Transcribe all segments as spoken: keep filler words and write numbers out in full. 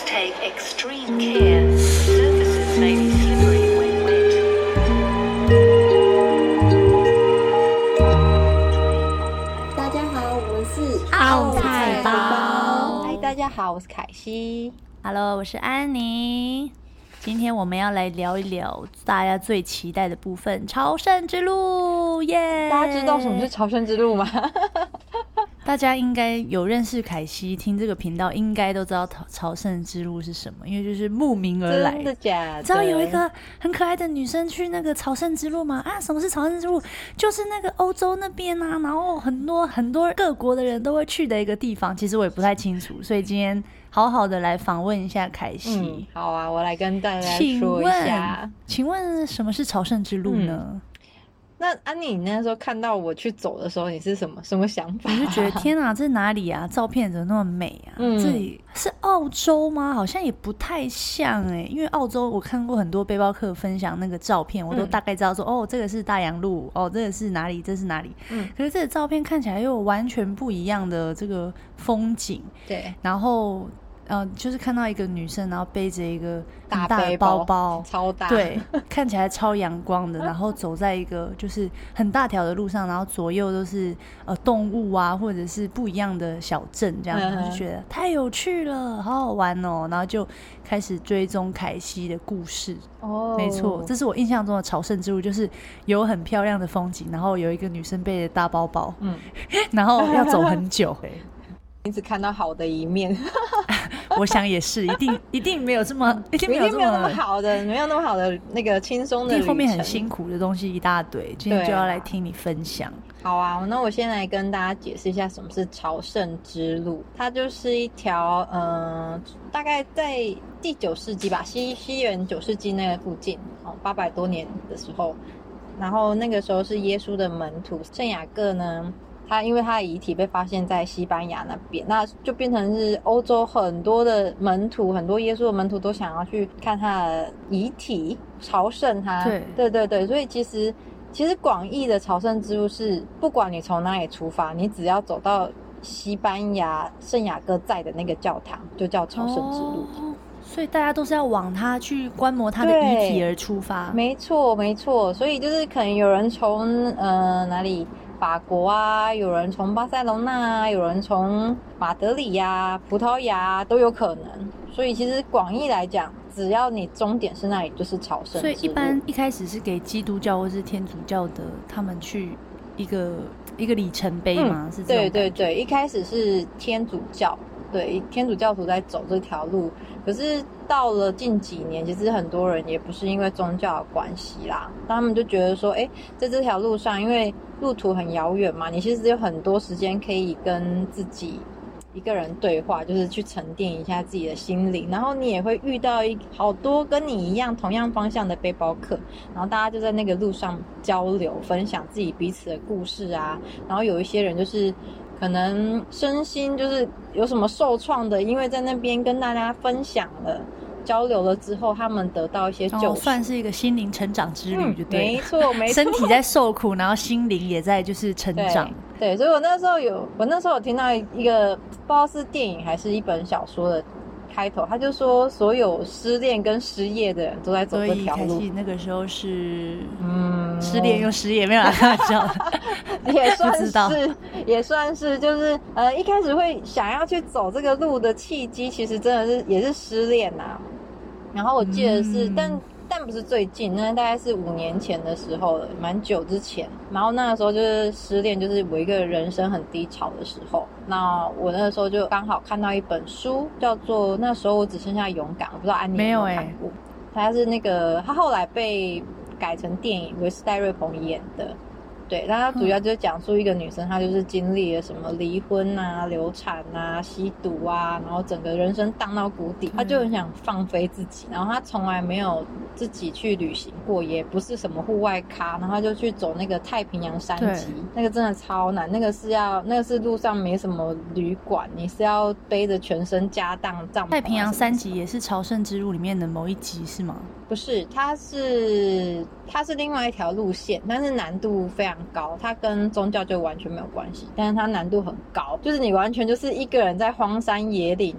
take extreme care. Surfaces may be slippery when wet. 大家好，我们是奥菜包。 嗨，大家好，我是凯西。 Hello， 我是安妮。今天我们要来聊一聊大家最期待的部分——朝圣之路，耶、yeah! 大家知道什么是朝圣之路吗？ 大家应该有认识凯西，听这个频道应该都知道朝圣之路是什么，因为就是慕名而来。 真的假的？ 知道有一个很可爱的女生去那个朝圣之路吗？啊，什么是朝圣之路？就是那个欧洲那边啊，然后很多很多各国的人都会去的一个地方。其实我也不太清楚，所以今天好好的来访问一下凯西。 嗯，好啊，我来跟大家说一下。 请问，请问什么是朝圣之路呢？嗯， 那安妮，你那时候看到我去走的时候，你是什么什么想法？ 我就觉得天啊，这哪里啊？照片怎么那么美啊？嗯、这里是澳洲吗？好像也不太像哎、欸，因为澳洲我看过很多背包客分享那个照片，我都大概知道说，嗯、哦，这个是大洋路，哦，这个是哪里，这是哪里。嗯，可是这个照片看起来又有完全不一样的这个风景。 对， 然后。呃，就是看到一个女生，然后背着一个大大的包包， 超大， 对，看起来超阳光的，然后走在一个就是很大条的路上，然后左右都是呃动物啊，或者是不一样的小镇这样，然后就觉得太有趣了，好好玩哦，然后就开始追踪凯西的故事。哦，没错，这是我印象中的朝圣之路，就是有很漂亮的风景，然后有一个女生背着大包包，嗯，然后要走很久。 一直看到好的一面， 我想也是，一定一定没有这么，一定没有这 么, 没有那么好的，没有那么好的那个轻松的旅程， 后面很辛苦的东西一大堆，今天就要来听你分享。 好啊，那我先来跟大家解释一下什么是朝圣之路。它就是一条，呃，大概在第九世纪吧，西西元九世纪那个附近，哦，八百多年的时候，然后那个时候是耶稣的门徒圣雅各呢。他因为他的遗体被发现在西班牙那边，那就变成是欧洲很多的门徒，很多耶稣的门徒都想要去看他的遗体，朝圣他。对对对对，所以其实其实广义的朝圣之路是，不管你从哪里出发，你只要走到西班牙圣雅各在的那个教堂，就叫朝圣之路。哦， 所以大家都是要往他去观摩他的遗体而出发。 没错没错，所以就是可能有人从呃哪里。法国啊，有人从巴塞隆纳啊，有人从马德里呀、啊、葡萄牙、啊、都有可能。所以其实广义来讲，只要你终点是那里，就是朝圣之路。 所以一般一开始是给基督教或是天主教的他们去一个一个里程碑吗？嗯、是这种感觉？ 对对对，一开始是天主教，对天主教徒在走这条路。可是到了近几年，其实很多人也不是因为宗教的关系啦，他们就觉得说，哎，在这条路上，因为路途很遥远嘛，你其实有很多时间可以跟自己一个人对话，就是去沉淀一下自己的心灵，然后你也会遇到一好多跟你一样同样方向的背包客，然后大家就在那个路上交流，分享自己彼此的故事啊，然后有一些人就是可能身心就是有什么受创的，因为在那边跟大家分享了交流了之后，他们得到一些救赎， 哦，算是一个心灵成长之旅就对了，嗯， 没错没错， 身体在受苦，然后心灵也在就是成长。 对，对，所以我那时候有我那时候有听到一个不知道是电影还是一本小说的开头，他就说所有失恋跟失业的人都在走这条路。 所以那个时候是嗯，失恋又失业，没有啦，开玩笑， 也算是也算是就是呃一开始会想要去走这个路的契机，其实真的是也是失恋啊。然后我记得是，嗯、但但不是最近，那大概是五年前的时候了，蛮久之前。然后那个时候就是失恋，就是我一个人生很低潮的时候。那我那个时候就刚好看到一本书，叫做《那时候我只剩下勇敢》，我不知道安妮有没有看过。它是那个，它后来被改成电影，维斯戴瑞彭演的。对，但它主要就是讲述一个女生，她就是经历了什么离婚啊、流产啊、吸毒啊，然后整个人生荡到谷底，她就很想放飞自己，然后她从来没有自己去旅行过，也不是什么户外咖，然后她就去走那个太平洋山脊，那个真的超难，那个是要那个是路上没什么旅馆，你是要背着全身家当帐篷。 太平洋山脊也是朝圣之路里面的某一集是吗？ 不是，它是它是另外一条路线，但是难度非常高，它跟宗教就完全没有关系，但是它难度很高，就是你完全就是一个人在荒山野岭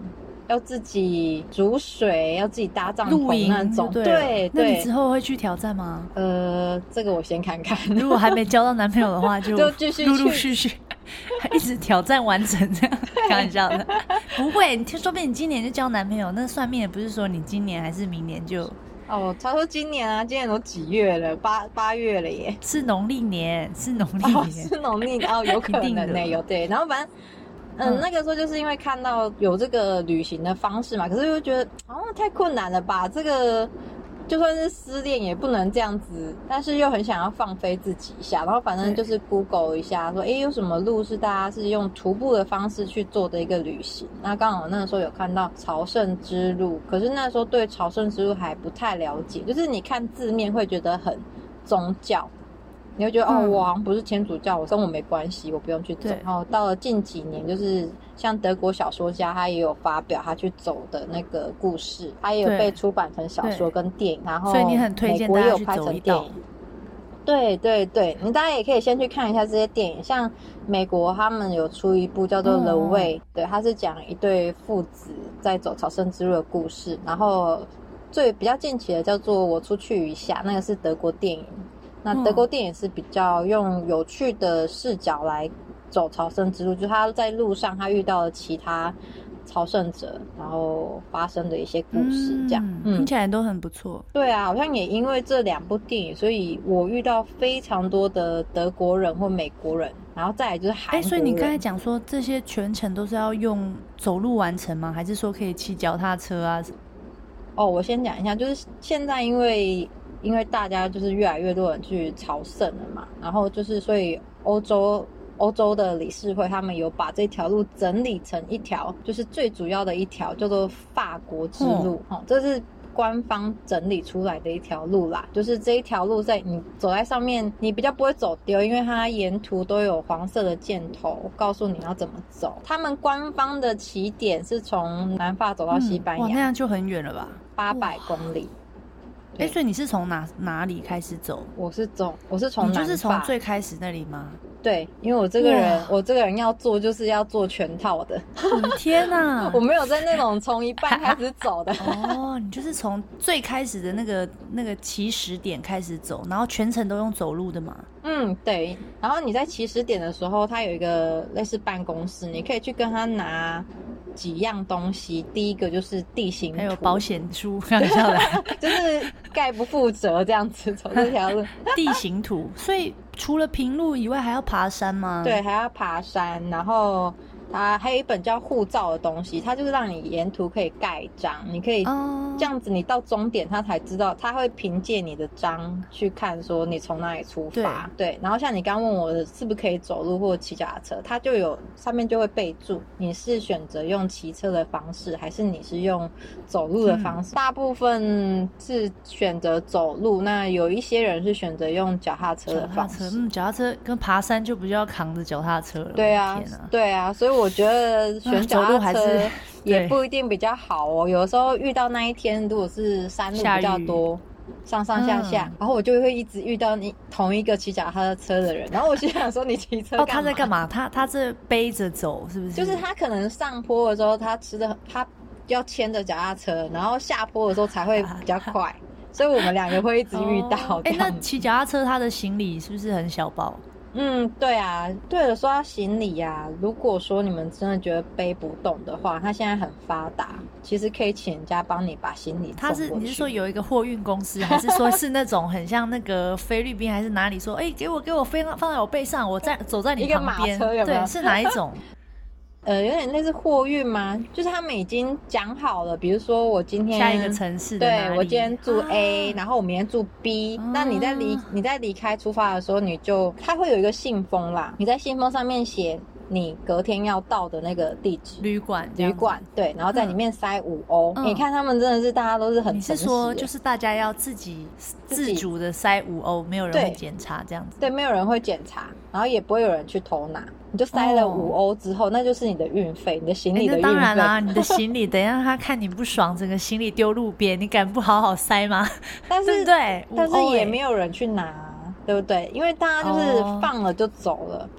要自己煮水，要自己搭帐露营篷那种。 对对那你对之后会去挑战吗？ 呃，这个我先看看。 如果还没交到男朋友的话，就就继续去陆陆续续一直挑战完成这样。开玩笑的，不会，你听说不定你今年就交男朋友，那算命也不是说你今年还是明年就。 哦，他说今年啊，今年都几月了？八八月了耶， 是农历年，是农历哦， 年， 是农历哦，有可一定的能呢，有对。然后反正，嗯， 嗯那个时候就是因为看到有这个旅行的方式嘛，可是又觉得哦太困难了吧，这个就算是失恋也不能这样子，但是又很想要放飞自己一下，然后反正就是 Google 一下说，哎，有什么路是大家是用徒步的方式去做的一个旅行？那刚好那个时候有看到朝圣之路，可是那时候对朝圣之路还不太了解，就是你看字面会觉得很宗教。你会觉得、嗯、哦，我好像不是天主教，我跟我没关系，我不用去走。然后到了近几年，就是像德国小说家，他也有发表他去走的那个故事，他也有被出版成小说跟电影，然后所以你很推荐大家去走一道。 对对对，你大家也可以先去看一下这些电影，像美国他们有出一部叫做《The Way》，对，他是讲一对父子在走朝圣之路的故事，然后最比较近期的叫做《我出去一下》，那个是德国电影。那德国电影是比较用有趣的视角来走朝圣之路，就是他在路上他遇到了其他朝圣者，然后发生的一些故事，这样、 嗯、听起来都很不错。 对啊，好像也因为这两部电影，所以我遇到非常多的德国人或美国人，然后再来就是韩国人。 哎，所以你刚才讲说这些全程都是要用走路完成吗？还是说可以骑脚踏车啊？ 哦，我先讲一下，就是现在因为。因为大家就是越来越多人去朝圣了嘛，然后就是所以欧洲欧洲的理事会他们有把这条路整理成一条，就是最主要的一条叫做法国之路、嗯哦、这是官方整理出来的一条路啦，就是这一条路在你走在上面你比较不会走丢，因为它沿途都有黄色的箭头告诉你要怎么走。他们官方的起点是从南法走到西班牙、 嗯、哇，那样就很远了吧， 八百公里。 哎、欸，所以你是从哪哪里开始走？ 我是走，我是从南法， 你就是从最开始那里吗？ 对，因为我这个人，我这个人要做就是要做全套的。 我的天哪！ 我没有在那种从一半开始走的。 哦，你就是从最开始的那个那个起始点开始走，然后全程都用走路的嘛？ 嗯，对。然后你在起始点的时候，它有一个类似办公室，你可以去跟他拿几样东西。第一个就是地形图， 还有保险书，看一下来， 就是概不负责这样子走这条路。 地形图，所以除了平路以外，还要爬山吗？ 对，还要爬山，然后它还有一本叫护照的东西，它就是让你沿途可以盖章，你可以这样子，你到终点他才知道，他会凭借你的章去看说你从哪里出发。对，对，然后像你刚问我的是不是可以走路或骑脚踏车，它就有上面就会备注你是选择用骑车的方式还是你是用走路的方式、嗯、大部分是选择走路，那有一些人是选择用脚踏车的方式。 嗯，脚踏车跟爬山就比较扛着脚踏车了。 对啊，对啊，所以我觉得选脚踏车也不一定比较好哦。有时候遇到那一天，如果是山路比较多，上上下下、嗯，然后我就会一直遇到你同一个骑脚踏车的人，然后我就想说你骑车干嘛？ 哦，他在干嘛？他他这背着走是不是？ 就是他可能上坡的时候，他吃的他要牵着脚踏车，然后下坡的时候才会比较快，所以我们两个会一直遇到。 哎、哦，那骑脚踏车他的行李是不是很小包？ 嗯，对啊，对了，说到行李啊，如果说你们真的觉得背不动的话，它现在很发达，其实可以请人家帮你把行李送过去。 他是你是说有一个货运公司，还是说是那种很像那个菲律宾还是哪里说，哎、欸，给我给我放放在我背上，我在走在你旁边， 一个马车有没有？ 对，是哪一种？ 呃，有点类似货运吗？就是他们已经讲好了，比如说我今天下一个城市的哪里， 对，我今天住 A，、啊、然后我明天住 B、啊。那你在离你在离开出发的时候，你就它会有一个信封啦，你在信封上面写你隔天要到的那个地址， 旅馆， 旅馆对，然后在里面塞五欧、嗯。你看他们真的是大家都是很诚实。 你是说就是大家要自己自主的塞五欧，没有人会检查这样子？ 对，没有人会检查，然后也不会有人去偷拿。你就塞了五欧之后、哦，那就是你的运费，你的行李的运费。 当然啦，你的行李等一下他看你不爽，整个行李丢路边，你敢不好好塞吗？ 但是对不对？ 但是也没有人去拿，对不对？因为大家就是放了就走了。哦，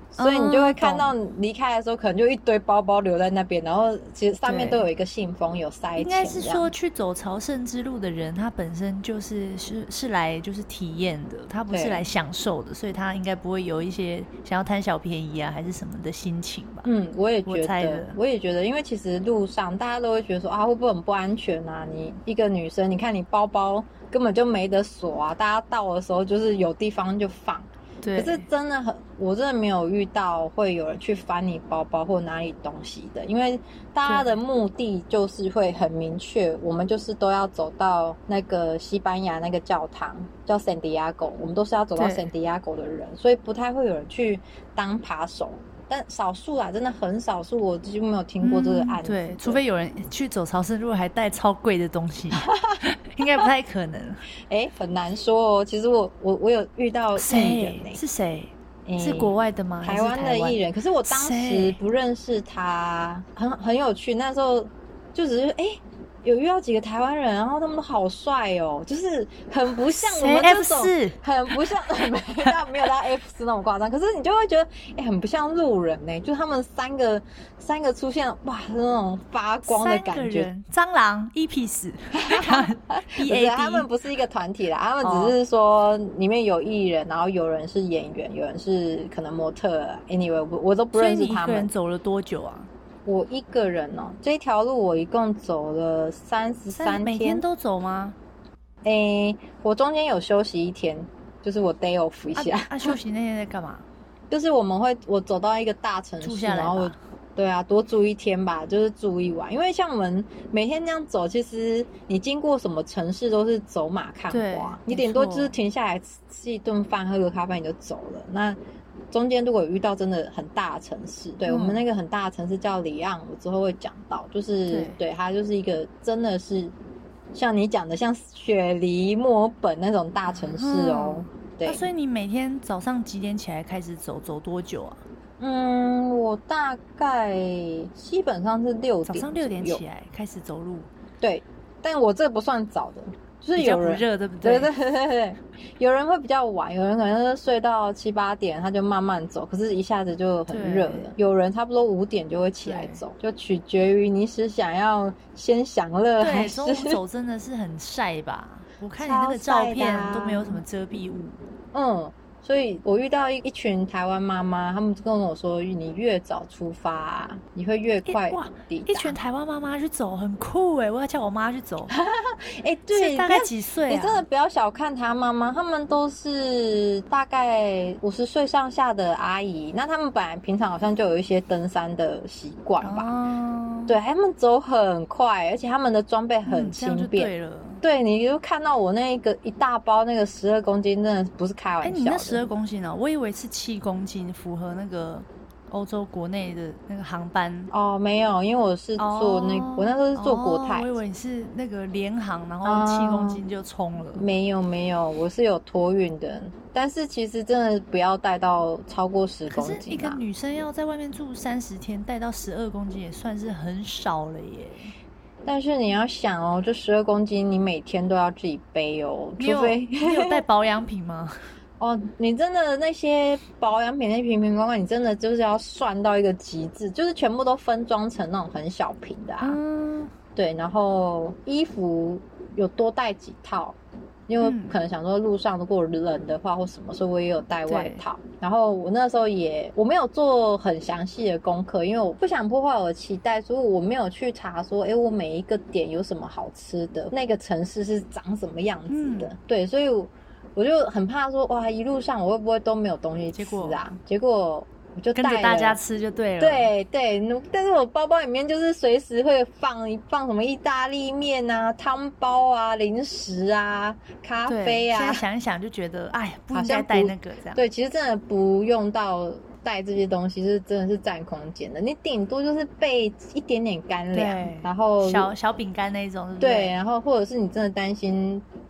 所以你就会看到嗯离开的时候可能就一堆包包留在那边，然后其实上面都有一个信封有塞钱， 应该是说去走朝圣之路的人，他本身就是是是来就是体验的，他不是来享受的，所以他应该不会有一些想要贪小便宜啊还是什么的心情吧。 嗯，我也觉我猜得的， 我也觉得，因为其实路上大家都会觉得说啊，会不会很不安全啊？你一个女生，你看你包包根本就没得锁啊，大家到的时候就是有地方就放。 对， 可是真的很，我真的没有遇到会有人去翻你包包或哪里东西的，因为大家的目的就是会很明确，我们就是都要走到那个西班牙那个教堂叫圣地亚哥，我们都是要走到圣地亚哥的人，所以不太会有人去当扒手。但少数啊，真的很少数，我几乎没有听过这个案子、嗯。 对，除非有人去走朝圣路还带超贵的东西，应该不太可能。 哎、欸，很难说哦。其实我我我有遇到艺人、欸， 是谁？ 欸、 是国外的吗？ 台湾的艺人。可是我当时不认识他，很很有趣。那时候就只是哎。欸有遇到几个台湾人，然后他们都好帅哦，就是很不像我们这种，很不像，没到没有到 F 四那么夸张，可是你就会觉得，哎、欸，很不像路人呢、欸。就他们三个三个出现，哇，那种发光的感觉。 蟑螂一匹死， 不是，他们不是一个团体啦，他们只是说里面有艺人，然后有人是演员，有人是可能模特 ，anyway， 我我都不认识他们。 所以你一个人走了多久啊？ 我一个人哦，这条路我一共走了三十三天。 每天都走吗？ 诶、欸，我中间有休息一天，就是我 day off 一下。 啊，啊休息那天在干嘛？ 就是我们会，我走到一个大城市，然后我对啊，多住一天吧，就是住一晚。因为像我们每天这样走，其实你经过什么城市都是走马看花，你顶多就是停下来吃一顿饭，喝个咖啡你就走了。那中间如果有遇到真的很大的城市，对、嗯、我们那个很大的城市叫里昂，我之后会讲到，就是对, 对它就是一个真的是像你讲的像雪梨、墨尔本那种大城市哦。嗯、对、 啊，所以你每天早上几点起来开始走？走多久啊？ 嗯，我大概基本上是六点， 早上六点起来开始走路。 对，但我这不算早的。就是有人比较不热，对不对？ 对对对对，有人会比较晚，有人可能是睡到七八点，他就慢慢走，可是一下子就很热了。有人差不多五点就会起来走，就取决于你是想要先享乐还是。 对，中午走真的是很晒吧？我看你那个照片都没有什么遮蔽物。 嗯。所以我遇到一一群台湾妈妈，他们跟我说，你越早出发、啊，你会越快抵达。 一群台湾妈妈去走，很酷哎！我要叫我妈去走。 哎、欸，对， 大概几岁、啊？ 你真的不要小看她妈妈，她们都是大概五十岁上下的阿姨。那她们本来平常好像就有一些登山的习惯吧？哦、对，她们走很快，而且她们的装备很轻便。嗯、 对了。 对，你就看到我那个一大包那个十二公斤，真的不是开玩笑的。 哎、欸，你那十二公斤哦，我以为是七公斤，符合那个欧洲国内的那个航班。 哦，没有，因为我是坐那，哦、我那时候是坐国泰、 哦。我以为你是那个联航，然后七公斤就冲了。 哦、没有没有，我是有托运的，但是其实真的不要带到超过十公斤、啊。 可是一个女生要在外面住三十天，带到十二公斤也算是很少了耶。 但是你要想哦，这十二公斤你每天都要自己背哦，除非你有带保养品吗？ 哦，你真的那些保养品那瓶瓶罐罐，你真的就是要算到一个极致，就是全部都分装成那种很小瓶的啊。嗯，对，然后衣服有多带几套。因为可能想说路上如果冷的话或什么，所以我也有带外套。然后我那时候也我没有做很详细的功课，因为我不想破坏我的期待，所以我没有去查说，哎，我每一个点有什么好吃的，那个城市是长什么样子的。嗯、对，所以我就很怕说，哇，一路上我会不会都没有东西吃啊？结果。我就带跟着大家吃就对了。 对对，但是我包包里面就是随时会放放什么意大利面啊、汤包啊、零食啊、咖啡啊。 现在想一想就觉得，哎，不应该带那个这样。 对，其实真的不用到带这些东西，是真的是占空间的。你顶多就是备一点点干粮，然后小小饼干那种， 对，然后或者是你真的担心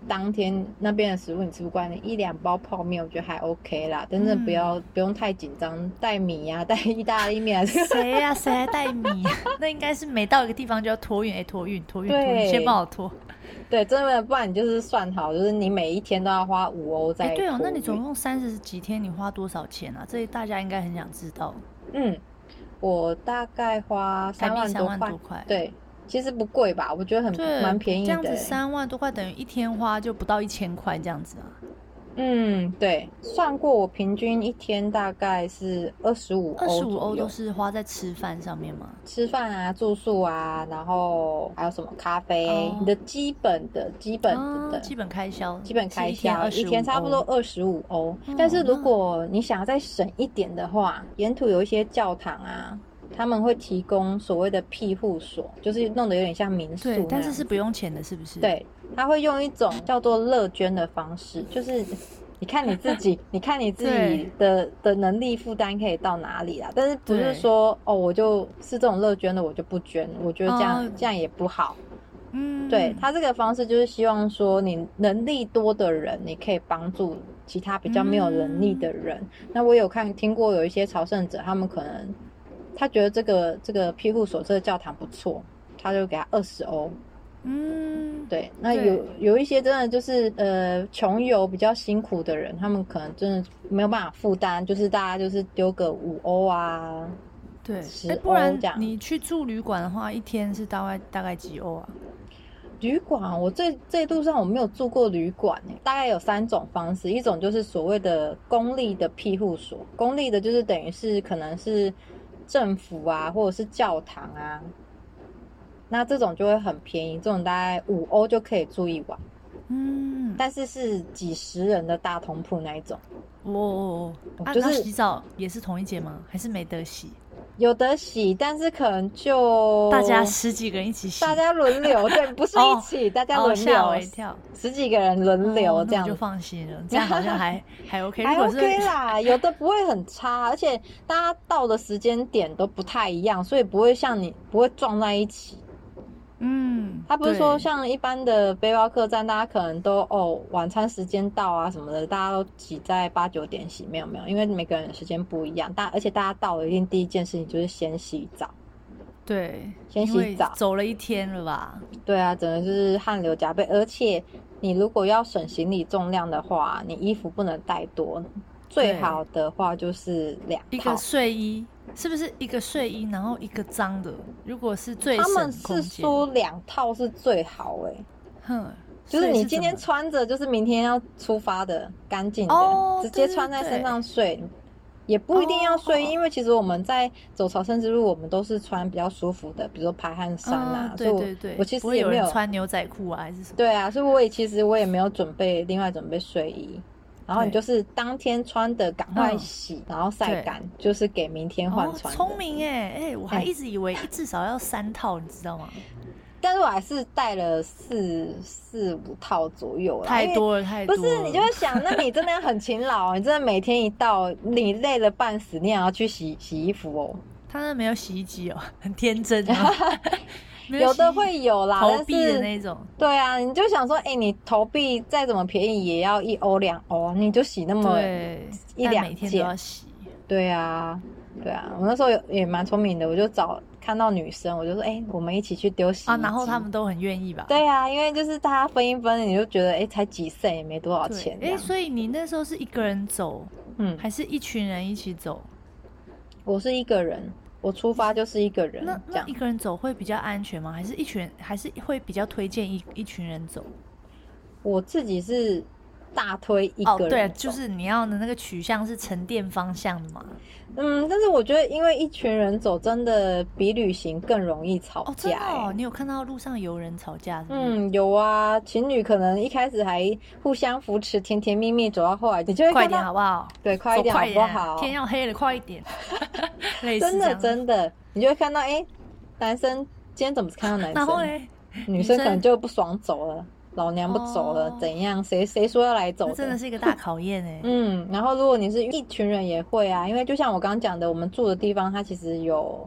当天那边的食物你吃不惯，一两包泡面我觉得还 OK 啦，但是不要、嗯、不用太紧张，带米呀、啊，带意大利面啊。 谁呀、啊？谁还带米？那应该是每到一个地方就要托运，哎，托运，托运，托运，先帮我托。 对，真的，不然你就是算好，就是你每一天都要花五欧在托运。 对哦，那你总共三十几天，你花多少钱啊？这大家应该很想知道。 嗯，我大概花三万多块。对。其实不贵吧，我觉得很蛮便宜的。 这样子三万多块等于一天花就不到一千块这样子啊。 嗯，对，算过我平均一天大概是二十五欧。二十五欧都是花在吃饭上面吗？ 吃饭啊，住宿啊，然后还有什么咖啡，哦、你的基本的基本的、 哦、基本开销， 基本开销一天差不多二十五欧。但是如果你想要再省一点的话，沿途有一些教堂啊。他们会提供所谓的庇护所，就是弄得有点像民宿，对， 但是是不用钱的，是不是？ 对，他会用一种叫做乐捐的方式，就是你看你自己，你看你自己的的能力负担可以到哪里啦。但是不是说哦，我就是这种乐捐的，我就不捐，我觉得这样、哦、这样也不好。嗯，对，他这个方式就是希望说，你能力多的人，你可以帮助其他比较没有能力的人。嗯、那我有看听过有一些朝圣者，他们可能。他觉得这个这个庇护所这个教堂不错，他就给他二十欧。嗯，对。那有有一些真的就是呃穷游比较辛苦的人，他们可能真的没有办法负担，就是大家就是丢个五欧啊， 对， 十欧不然这样。 你去住旅馆的话，一天是大概大概几欧啊？ 旅馆，我这这一路上我没有住过旅馆耶，大概有三种方式，一种就是所谓的公立的庇护所，公立的就是等于是可能是。政府啊，或者是教堂啊，那这种就会很便宜，这种大概五欧就可以住一晚。嗯，但是是几十人的大通铺那一种。 哦，就是、啊、洗澡也是同一间吗？还是没得洗？ 有得洗，但是可能就大家十几个人一起洗， 大家轮流，对，不是一起，哦、大家轮流。吓、 哦、我一跳， 十几个人轮流这样、 哦、就放心了，这样好像还还 OK， 还 OK 啦，有的不会很差，而且大家到的时间点都不太一样，所以不会像你不会撞在一起。嗯，他不是说像一般的背包客栈，大家可能都哦晚餐时间到啊什么的，大家都挤在八九点洗，没有没有，因为每个人的时间不一样，大而且大家到了一定第一件事情就是先洗澡， 对， 先洗澡， 走了一天了吧？ 对啊，整个就是汗流浃背，而且你如果要省行李重量的话，你衣服不能带多，最好的话就是两套， 一个睡衣。是不是一个睡衣，然后一个脏的？如果是最省空间， 他们是说两套是最好哎、欸，哼，就是你今天穿着，就是明天要出发的，干净的、哦，直接穿在身上睡，對對對也不一定要睡、哦，因为其实我们在走朝圣之路，我们都是穿比较舒服的，比如说排汗衫啊， 哦、对对对， 我其实也没有穿牛仔裤啊，还是什么？ 对啊，所以我也其实我也没有准备另外准备睡衣。然后你就是当天穿的赶快洗、嗯、然后晒干，就是给明天换穿的。 聪明耶，哎、欸，我还一直以为至少要三套，你知道吗？ 但是我还是带了四四五套左右啦， 太多了太多了。 不是，你就会想，那你真的要很勤劳，你真的每天一到，你累了半死，你也要去洗洗衣服哦。 他那没有洗衣机哦，很天真啊。 有, 有的会有啦， 投币的那种。对啊，你就想说，哎、欸，你投币再怎么便宜也要一欧两欧，你就洗那么一两件， 每天都要洗。 对啊，对啊，我那时候也蛮聪明的，我就找看到女生，我就说，哎、欸，我们一起去丢洗衣机啊， 然后他们都很愿意吧？ 对啊，因为就是大家分一分，你就觉得，哎、欸，才几岁也没多少钱。 哎、欸，所以你那时候是一个人走，嗯，还是一群人一起走？ 我是一个人。我出发就是一个人， 那那一个人走会比较安全吗？还是一群人，还是会比较推荐一一群人走？ 我自己是大推一个人走。哦， 对，就是你要的那个取向是沉淀方向的嘛。 嗯，但是我觉得因为一群人走真的比旅行更容易吵架。哦， 真的哦，你有看到路上有人吵架是不是？ 嗯，有啊，情侣可能一开始还互相扶持，甜甜蜜蜜，走到后来你就会看到快一点好不好？ 对，快一点好不好？ 天要黑了，快一点。 真的真的，你就会看到，哎、欸，男生今天怎么看到男生？ 然后嘞， 女生可能就不爽走了。老娘不走了，哦、怎样？谁谁说要来走的？ 真的是一个大考验哎。 嗯，然后如果你是一群人也会啊，因为就像我刚刚讲的，我们住的地方它其实有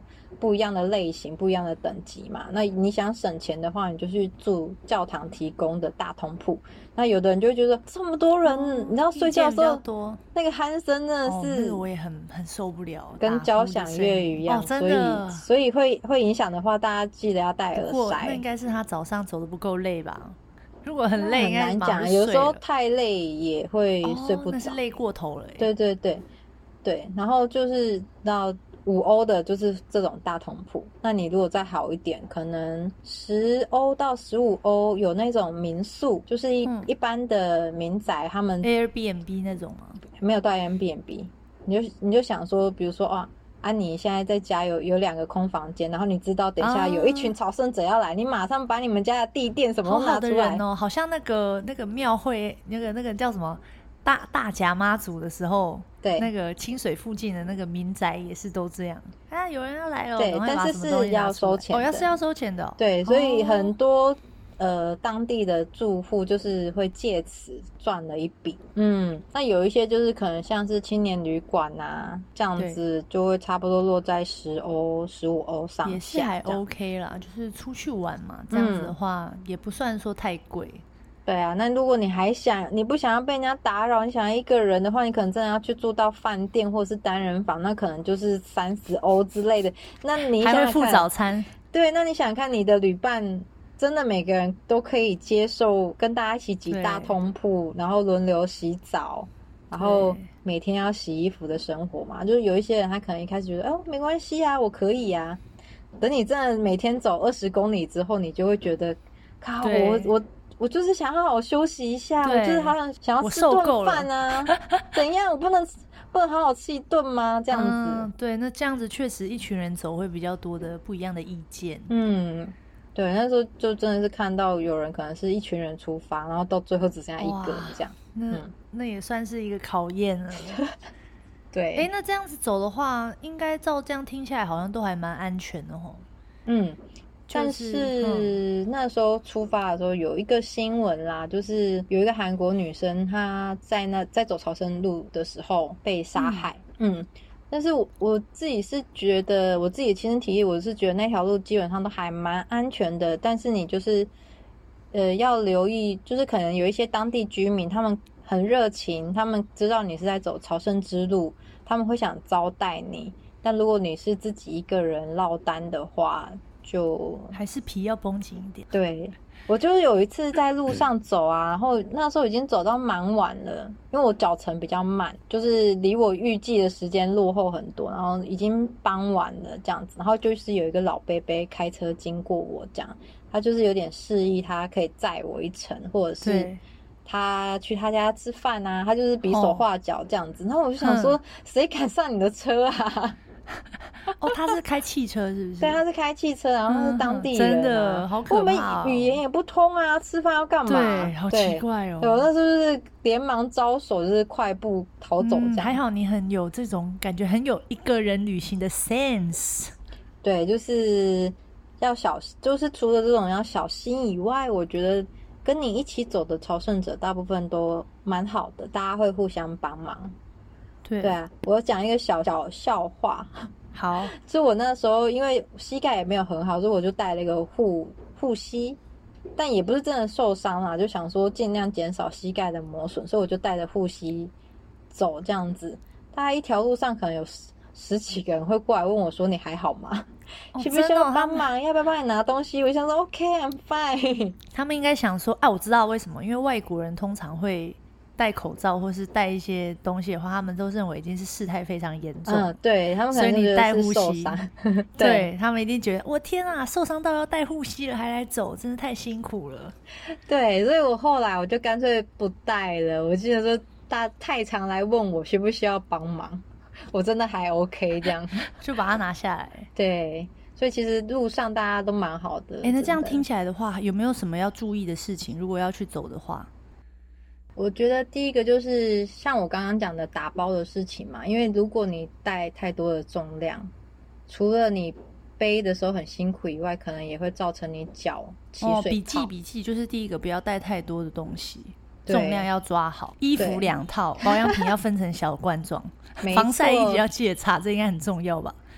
不一样的类型不一样的等级嘛，那你想省钱的话你就去住教堂提供的大通铺，那有的人就会觉得这么多人、哦、你知道睡觉的时候多那个鼾声真的是、 哦那个、我也很很受不了， 跟交响乐一样、哦、 真的所以所以会会影响的话大家记得要戴耳塞。 那应该是他早上走的不够累吧，如果很累应该很难讲，有时候太累也会睡不着、哦、 那是累过头了耶。 对对对对，然后就是到五欧的就是这种大通铺，那你如果再好一点可能十欧到十五欧有那种民宿，就是一、嗯、一般的民宅他们 Airbnb 那种吗？ 没有到 Airbnb， 你就你就想说比如说啊啊你现在在家有有两个空房间，然后你知道等一下有一群朝圣者要来、啊、你马上把你们家的地垫什么都拿出来。好好的人哦，好像那个那个庙会那个那个叫什么大大甲妈祖的时候， 对， 那个清水附近的那个民宅也是都这样啊，有人要来了， 对，但是是要收钱的， 哦，要是要收钱的、哦， 对，所以很多、哦、呃当地的住户就是会借此赚了一笔。嗯，那有一些就是可能像是青年旅馆啊这样子，就会差不多落在十欧、十五欧上下， 也是还 OK 啦，就是出去玩嘛，这样子的话、嗯、也不算说太贵。 对啊，那如果你还想你不想要被人家打扰，你想要一个人的话，你可能真的要去住到饭店或者是单人房，那可能就是三十欧之类的。那你想想看， 还会附早餐。 对，那你想想看你的旅伴真的每个人都可以接受跟大家一起挤大通铺，然后轮流洗澡，然后每天要洗衣服的生活嘛？就是有一些人他可能一开始觉得哦没关系啊，我可以啊，等你真的每天走二十公里之后，你就会觉得靠我我我就是想好好休息一下，我就是好想想要吃顿饭啊，怎样我不能不能好好吃一顿吗？这样子、 嗯、对，那这样子确实一群人走会比较多的不一样的意见。 嗯，对，那时候就真的是看到有人可能是一群人出发，然后到最后只剩下一个这样， 那、嗯、那也算是一个考验了。 对， 哎，那这样子走的话，应该照这样听起来好像都还蛮安全的齁。 嗯。但是那时候出发的时候有一个新闻啦，就是有一个韩国女生她在那在走朝圣路的时候被杀害。嗯, 嗯但是我我自己是觉得我自己的亲身体验，我是觉得那条路基本上都还蛮安全的，但是你就是呃要留意，就是可能有一些当地居民他们很热情，他们知道你是在走朝圣之路，他们会想招待你，但如果你是自己一个人落单的话，就还是皮要绷紧一点。 对，我就有一次在路上走啊，然后那时候已经走到蛮晚了，因为我脚程比较慢，就是离我预计的时间落后很多，然后已经傍晚了这样子，然后就是有一个老伯伯开车经过我，这样他就是有点示意他可以载我一程，或者是他去他家吃饭啊，他就是比手画脚这样子、哦、然后我就想说谁、嗯、敢上你的车啊。 哦，他是开汽车是不是？ 对，他是开汽车，然后他是当地人、啊嗯、 真的好可怕、哦、 我们语言也不通啊，吃饭要干嘛？ 对，好奇怪哦。 对，我那时候就是连忙招手，就是快步逃走这样、嗯、 还好你很有这种感觉，很有一个人旅行的 sense。 对，就是要小，就是除了这种要小心以外，我觉得跟你一起走的朝圣者大部分都蛮好的，大家会互相帮忙。对, 对啊，我讲一个小小笑话。 好， 是我那时候因为膝盖也没有很好，所以我就带了一个护护膝，但也不是真的受伤啦，就想说尽量减少膝盖的磨损，所以我就带着护膝走这样子。大概一条路上可能有十十几个人会过来问我说：“你还好吗？哦、需不需要帮忙？要不要帮你拿东西？”我就想说 ：“OK, I'm fine。” 他们应该想说：“啊，我知道为什么，因为外国人通常会。”戴口罩或是戴一些东西的话，他们都认为已经是事态非常严重。 嗯，对，他们可能觉得是受伤，对, 对他们一定觉得我天啊，受伤到要戴护膝了还来走，真是太辛苦了。 对，所以我后来我就干脆不戴了。我记得说大太常来问我需不需要帮忙，我真的还 OK 这样， 就把它拿下来。 对，所以其实路上大家都蛮好的。 哎、欸，那这样听起来的话，有没有什么要注意的事情？如果要去走的话？ 我觉得第一个就是像我刚刚讲的打包的事情嘛，因为如果你带太多的重量，除了你背的时候很辛苦以外，可能也会造成你脚起水泡。哦，笔记笔记就是第一个，不要带太多的东西，重量要抓好，衣服两套，保养品要分成小罐装，防晒液要记得擦，这应该很重要吧？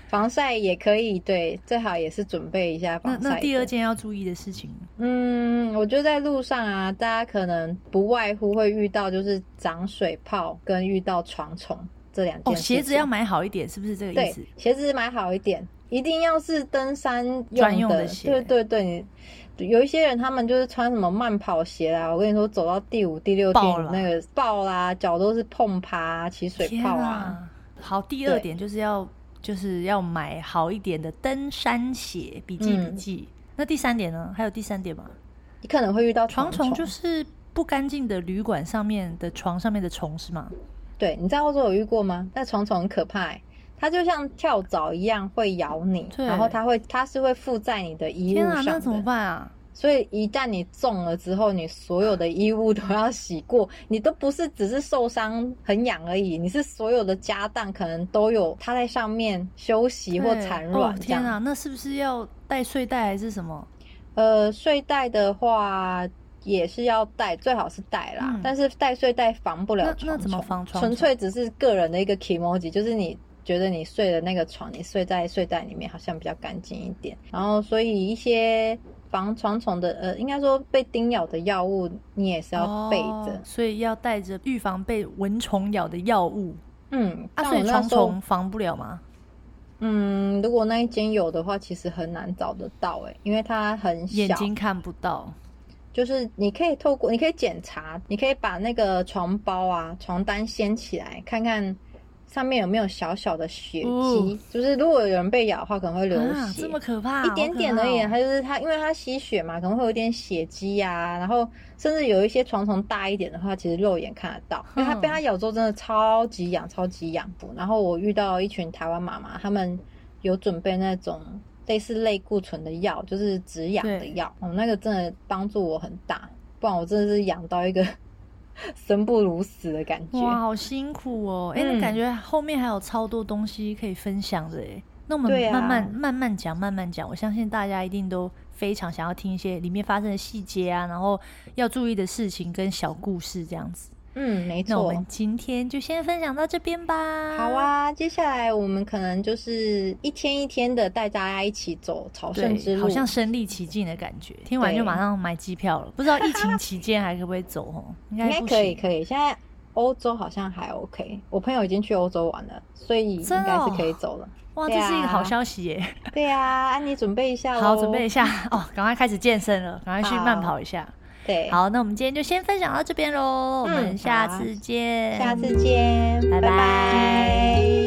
防晒也可以，对，最好也是准备一下防晒的。 那那第二件要注意的事情， 嗯，我觉得在路上啊，大家可能不外乎会遇到就是长水泡跟遇到床虫这两件哦， 事情。 鞋子要买好一点，是不是这个意思？ 对，鞋子买好一点，一定要是登山用的专用的鞋。 对对对，你有一些人他们就是穿什么慢跑鞋啦，我跟你说，走到第五、第六天那个爆啦，脚都是碰趴、起水泡啊。 好，第二点就是要就是要买好一点的登山鞋，笔记笔记。嗯、那第三点呢？还有第三点吗？ 你可能会遇到床虫，就是不干净的旅馆上面的床上面的虫是吗？ 对，你在欧洲有遇过吗？那床虫很可怕、欸，它就像跳蚤一样会咬你，然后它会它是会附在你的衣物上的。 天啊，那怎么办啊？ 所以一旦你中了之后，你所有的衣物都要洗过，你都不是只是受伤很痒而已，你是所有的家当可能都有它在上面休息或产卵。 哦，天啊，那是不是要带睡袋还是什么？ 呃，睡袋的话也是要带，最好是带啦。嗯、但是带睡袋防不了床虫。 那, 那怎么防床虫？ 纯粹只是个人的一个 kimoji， 就是你觉得你睡的那个床，你睡在睡袋里面好像比较干净一点。然后，所以一些防床虫的，呃，应该说被叮咬的药物，你也是要备着、哦。 所以要带着预防被蚊虫咬的药物。 嗯， 啊，所以床虫防不了吗？ 嗯，如果那一间有的话，其实很难找得到哎、欸，因为它很小， 眼睛看不到。 就是你可以透过，你可以检查，你可以把那个床包啊、床单掀起来，看看上面有没有小小的血迹。哦、就是如果有人被咬的话，可能会流血，啊、 这么可怕， 一点点而已。它就是它，因为它吸血嘛，可能会有一点血迹啊，然后甚至有一些床虫大一点的话，其实肉眼看得到，因为它被它咬之后真的超级痒，超级痒。然后我遇到一群台湾妈妈，他们有准备那种类似类固醇的药，就是止痒的药，哦，那个真的帮助我很大，不然我真的是痒到一个生不如死的感觉。 哇，好辛苦哦！哎、嗯，那感觉后面还有超多东西可以分享的哎。那我们慢慢、啊、慢慢讲，慢慢讲。我相信大家一定都非常想要听一些里面发生的细节啊，然后要注意的事情跟小故事这样子。 嗯，没错。 那我们今天就先分享到这边吧。 好啊，接下来我们可能就是一天一天的带大家一起走朝圣之路， 好像身临其境的感觉。听完就马上买机票了，不知道疫情期间还可不可以走哦？应该可以，可以。现在欧洲好像还 OK， 我朋友已经去欧洲玩了，所以应该是可以走了。 哇，这是一个好消息耶！ 对呀、啊，安妮准备一下咯。 好，准备一下哦，赶快开始健身了，赶快去慢跑一下。 对， 好，那我们今天就先分享到这边咯、嗯、我们下次见， 下次见， 拜拜。 拜拜。